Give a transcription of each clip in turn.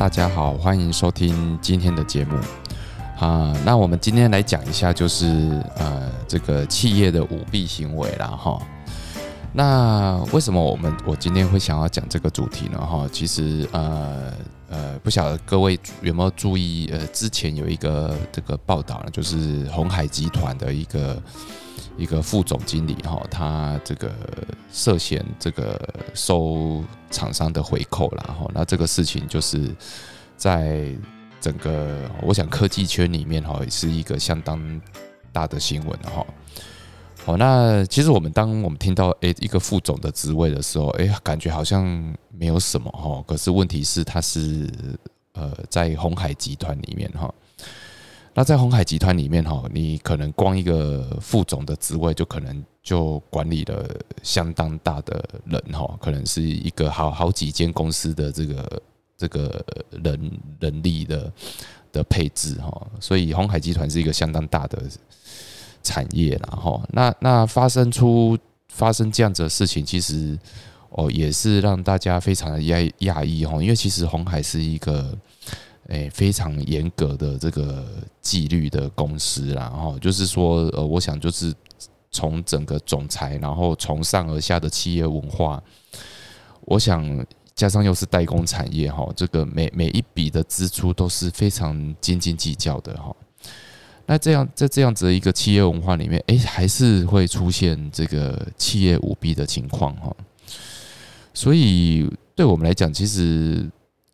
大家好，欢迎收听今天的节目那我们今天来讲一下，就是这个企业的舞弊行为啦哈。那为什么我今天会想要讲这个主题呢？哈，其实不晓得各位有没有注意，之前有一个这个报道呢，就是鸿海集团的一个副总经理哈，他这个涉嫌这个收厂商的回扣啦哈。那这个事情就是在整个我想科技圈里面哈，也是一个相当大的新闻哈。好，那其实当我们听到一个副总的职位的时候，感觉好像没有什么哈。可是问题是，他是在鸿海集团里面哈。那在鸿海集团里面哈，你可能光一个副总的职位，可能就管理了相当大的人哈，可能是一个好几间公司的这个人力的配置哈。所以鸿海集团是一个相当大的产业啦哈。那发生这样子的事情，其实也是让大家非常的讶异哈，因为其实鸿海是一个非常严格的这个纪律的公司啦哈。就是说我想就是从整个总裁，然后从上而下的企业文化，我想加上又是代工产业哈，这个每一笔的支出都是非常斤斤计较的哈。那在这样子的一个企业文化里面，还是会出现这个企业舞弊的情况哈。所以对我们来讲，其实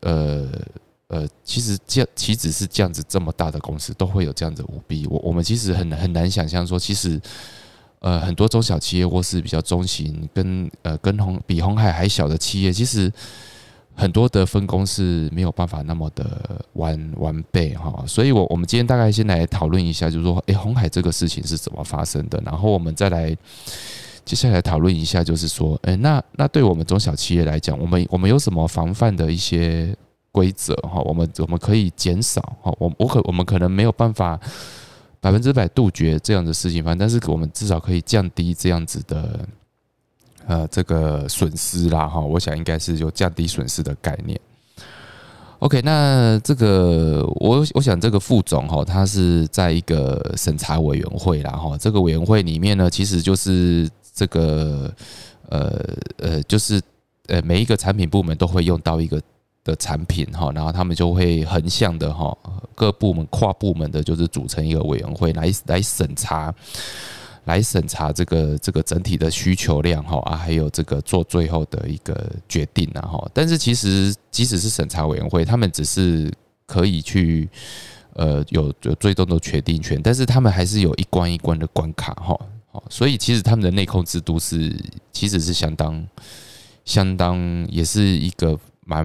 岂止是这样子这么大的公司都会有这样子舞弊。我们其实很难想象说，其实很多中小企业或是比较中型跟比鸿海还小的企业，其实很多的分工是没有办法那么的完备哈。所以我们今天大概先来讨论一下，就是说鸿海这个事情是怎么发生的，然后我们再来接下来讨论一下，就是说那对我们中小企业来讲，我们有什么防范的一些规则哈？我们可以减少哈，我们可能没有办法100%杜绝这样的事情，但是我们至少可以降低这样子的这个损失啦哈。我想应该是有降低损失的概念。OK， 那这个我想这个副总哈，他是在一个审查委员会啦哈。这个委员会里面呢，其实就是这个就是每一个产品部门都会用到一个的产品哈，然后他们就会横向的哈，各部门跨部门的，就是组成一个委员会来审查这个整体的需求量哈还有这个做最后的一个决定哈。但是其实即使是审查委员会，他们只是可以去有最终的决定权，但是他们还是有一关一关的关卡哈。所以其实他们的内控制度其实是相当也是一个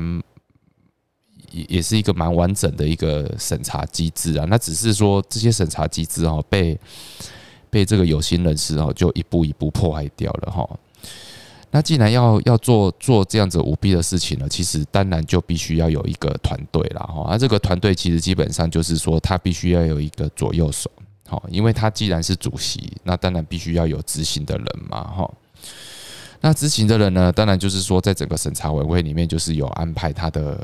蛮完整的一个审查机制啊。那只是说这些审查机制被这个有心人士就一步一步破坏掉了哈。那既然要做这样子舞弊的事情呢，其实当然就必须要有一个团队啦哈。那这个团队其实基本上就是说，他必须要有一个左右手，因为他既然是主席，那当然必须要有执行的人嘛哈。那执行的人呢，当然就是说，在整个审查委员会里面，就是有安排他的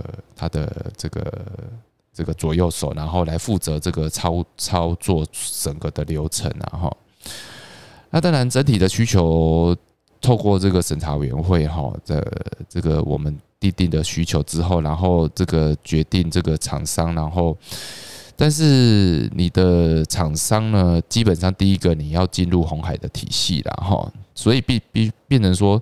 这个左右手，然后来负责这个操作整个的流程哈。那当然，整体的需求透过这个审查委员会这个我们订定的需求之后，然后这个决定这个厂商，然后但是你的厂商呢，基本上第一个你要进入鸿海的体系啦哈。所以变成说，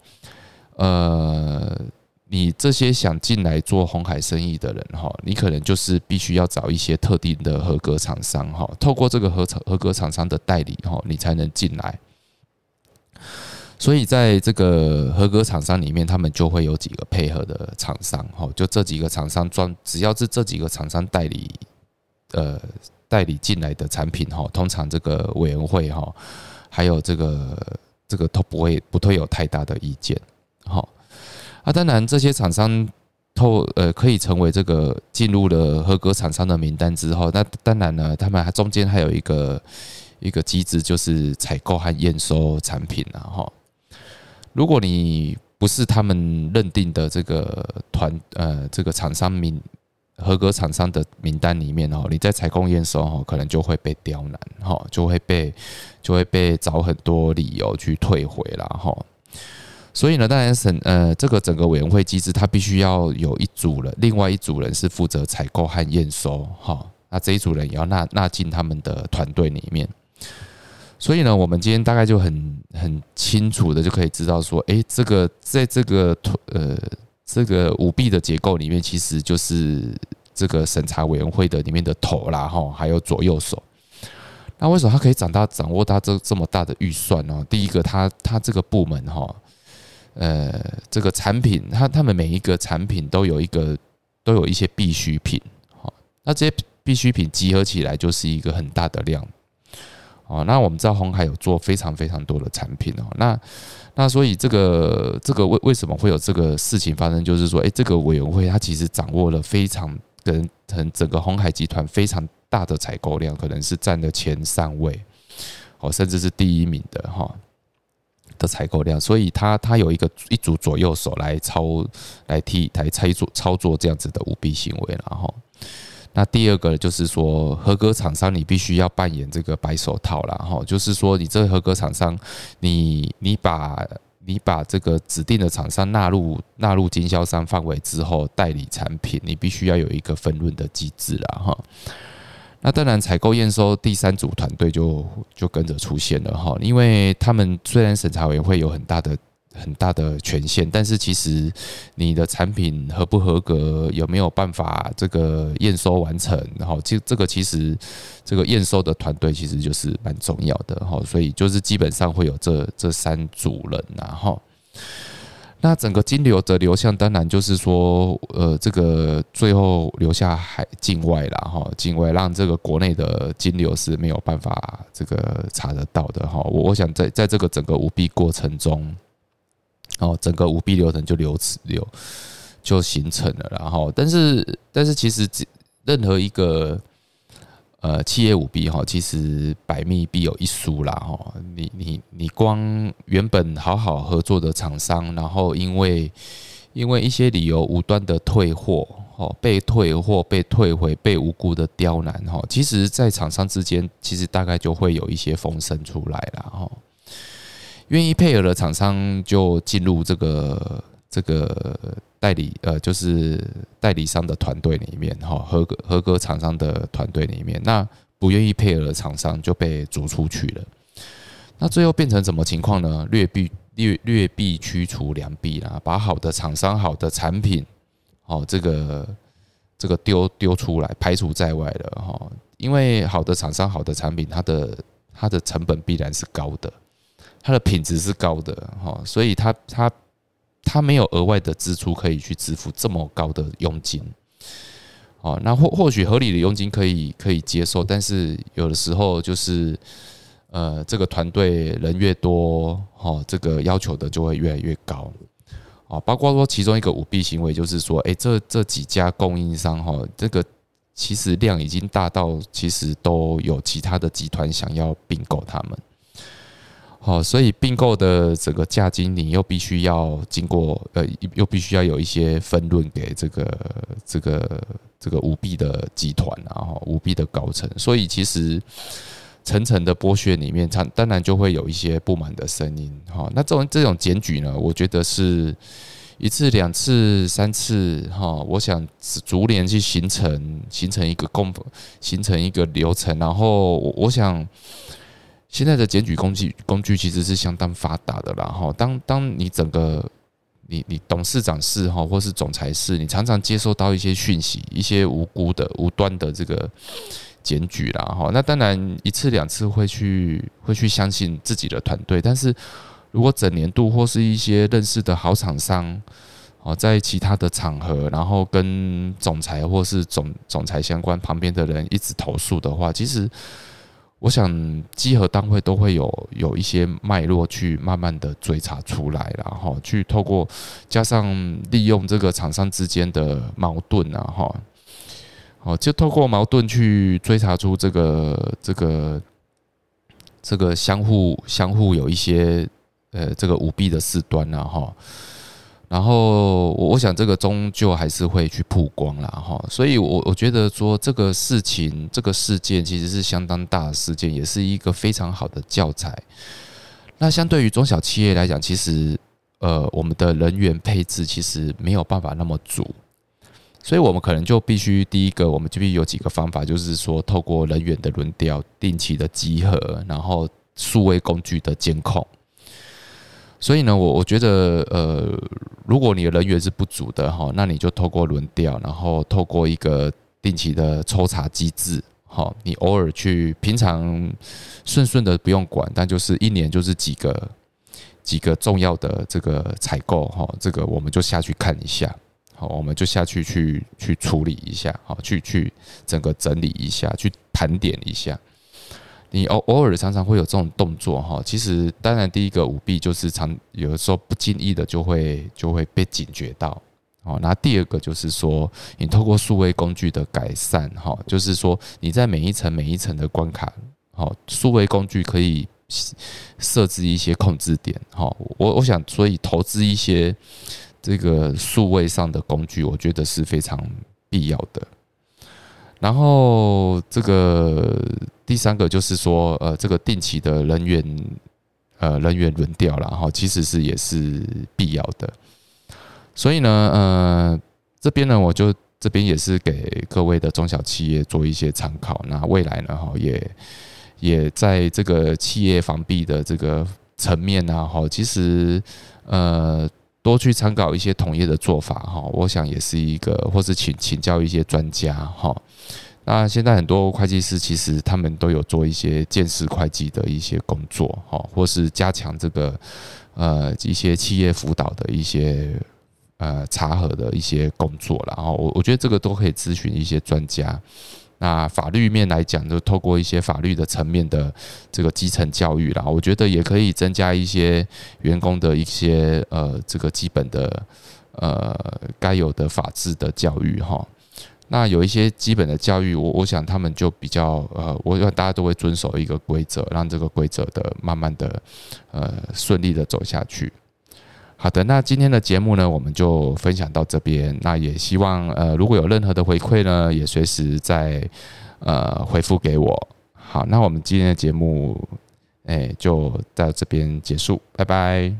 你这些想进来做鸿海生意的人哈，你可能就是必须要找一些特定的合格厂商哈，透过这个合格厂商的代理哈，你才能进来。所以在这个合格厂商里面，他们就会有几个配合的厂商哈，就这几个厂商只要是这几个厂商代理进来的产品哈，通常这个委员会哈，还有这个都不会有太大的意见，当然这些厂商可以成为这个进入了合格厂商的名单之后，那当然呢，他们中间还有一个机制，就是采购和验收产品哈。如果你不是他们认定的这个厂商合格厂商的名单里面你在采购验收可能就会被刁难就会被找很多理由去退回啦所以呢，当然这个整个委员会机制，它必须要有一组人，另外一组人是负责采购和验收那这一组人也要纳进他们的团队里面。所以呢，我们今天大概就很清楚的就可以知道说，这个在这个舞弊的结构里面，其实就是这个审查委员会的里面的头啦还有左右手。那为什么他可以掌握到这么大的预算呢？第一个，他这个部门这个产品，他们每一个产品都有一些必需品那这些必需品集合起来就是一个很大的量那我们知道鸿海有做非常非常多的产品那所以这个为什么会有这个事情发生？就是说，这个委员会它其实掌握了非常整个鸿海集团非常大的采购量，可能是占了前3位甚至是第1名的采购量，所以他有一组左右手来操作这样子的舞弊行为那第二个就是说，合格厂商你必须要扮演这个白手套啦就是说你这个合格厂商，你把这个指定的厂商纳入经销商范围之后，代理产品你必须要有一个分润的机制啦那当然，采购验收第3组团队就跟着出现了因为他们虽然审查委员会有很大的权限，但是其实你的产品合不合格，有没有办法这个验收完成，这个其实这个验收的团队其实就是蛮重要的所以就是基本上会有这3组人那整个金流的流向，当然就是说，这个最后留下境外啦，境外让这个国内的金流是没有办法这个查得到的我想在这个整个舞弊过程中，整个舞弊流程就形成了啦但是其实任何一个企业舞弊其实百密必有一疏啦你光原本好好合作的厂商，然后因为一些理由无端的退货被退货、被退回、被无辜的刁难其实在厂商之间其实大概就会有一些风声出来啦愿意配合的厂商就进入这个代理就是代理商的团队里面合格厂商的团队里面，那不愿意配合的厂商就被逐出去了。那最后变成什么情况呢？劣币驱除良币啦，把好的厂商、好的产品这个丢出来，排除在外了因为好的厂商、好的产品，它的成本必然是高的，它的品质是高的所以他没有额外的支出可以去支付这么高的佣金那或许合理的佣金可以接受，但是有的时候就是这个团队人越多这个要求的就会越来越高包括说其中一个舞弊行为就是说这几家供应商这个其实量已经大到其实都有其他的集团想要并购他们所以并购的整个价金你又必须要经过又必须要有一些分润给这个舞弊的集团舞弊的高层，所以其实层层的剥削里面，当然就会有一些不满的声音那这种检举呢，我觉得是1次、2次、3次我想逐年去形成一个流程，然后我想。现在的检举工具其实是相当发达的啦当你整个你董事长室或是总裁室，你常常接收到一些讯息，一些无辜的、无端的这个检举啦那当然1次、2次会去相信自己的团队，但是如果整年度或是一些认识的好厂商在其他的场合，然后跟总裁或是总裁相关旁边的人一直投诉的话，其实。我想稽核单位都会有一些脉络去慢慢的追查出来，然后去透过加上利用这个厂商之间的矛盾就透过矛盾去追查出这个相互有一些这个舞弊的事端然后我想这个终究还是会去曝光啦哈，所以我觉得说这个事情这个事件其实是相当大的事件，也是一个非常好的教材。那相对于中小企业来讲，其实我们的人员配置其实没有办法那么足，所以我们可能就必须第一个，我们就必须有几个方法，就是说透过人员的轮调、定期的集合，然后数位工具的监控。所以呢，我觉得如果你的人员是不足的哈，那你就透过轮调，然后透过一个定期的抽查机制，哈，你偶尔去平常顺的不用管，但就是一年就是几个重要的这个采购哈，这个我们就下去看一下，好，我们就下去去处理一下，好，去整个整理一下，去盘点一下。你偶尔常常会有这种动作哈，其实当然第一个舞弊就是有的时候不经意的就会被警觉到哦。那第二个就是说，你透过数位工具的改善哈，就是说你在每一层的关卡，好，数位工具可以设置一些控制点哈。我想，所以投资一些这个数位上的工具，我觉得是非常必要的。然后这个第三个就是说，这个定期的人员轮调啦，哈，其实也是必要的。所以呢，这边呢，我就这边也是给各位的中小企业做一些参考。那未来呢，哈，也在这个企业防弊的这个层面啊，哈，其实多去参考一些同业的做法哈，我想也是一个，或是请教一些专家哈。那现在很多会计师其实他们都有做一些鉴识会计的一些工作哈，或是加强这个一些企业辅导的一些查核的一些工作，然后我觉得这个都可以咨询一些专家。那法律面来讲，就透过一些法律的层面的这个基层教育啦，我觉得也可以增加一些员工的一些这个基本的该有的法治的教育哈。那有一些基本的教育，我想他们就比较我想大家都会遵守一个规则，让这个规则的慢慢的顺利的走下去。好的，那今天的节目呢，我们就分享到这边。那也希望如果有任何的回馈呢，也随时再回复给我。好，那我们今天的节目就到这边结束，拜拜。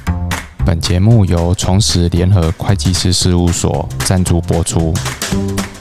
本节目由重实联合会计师事务所赞助播出。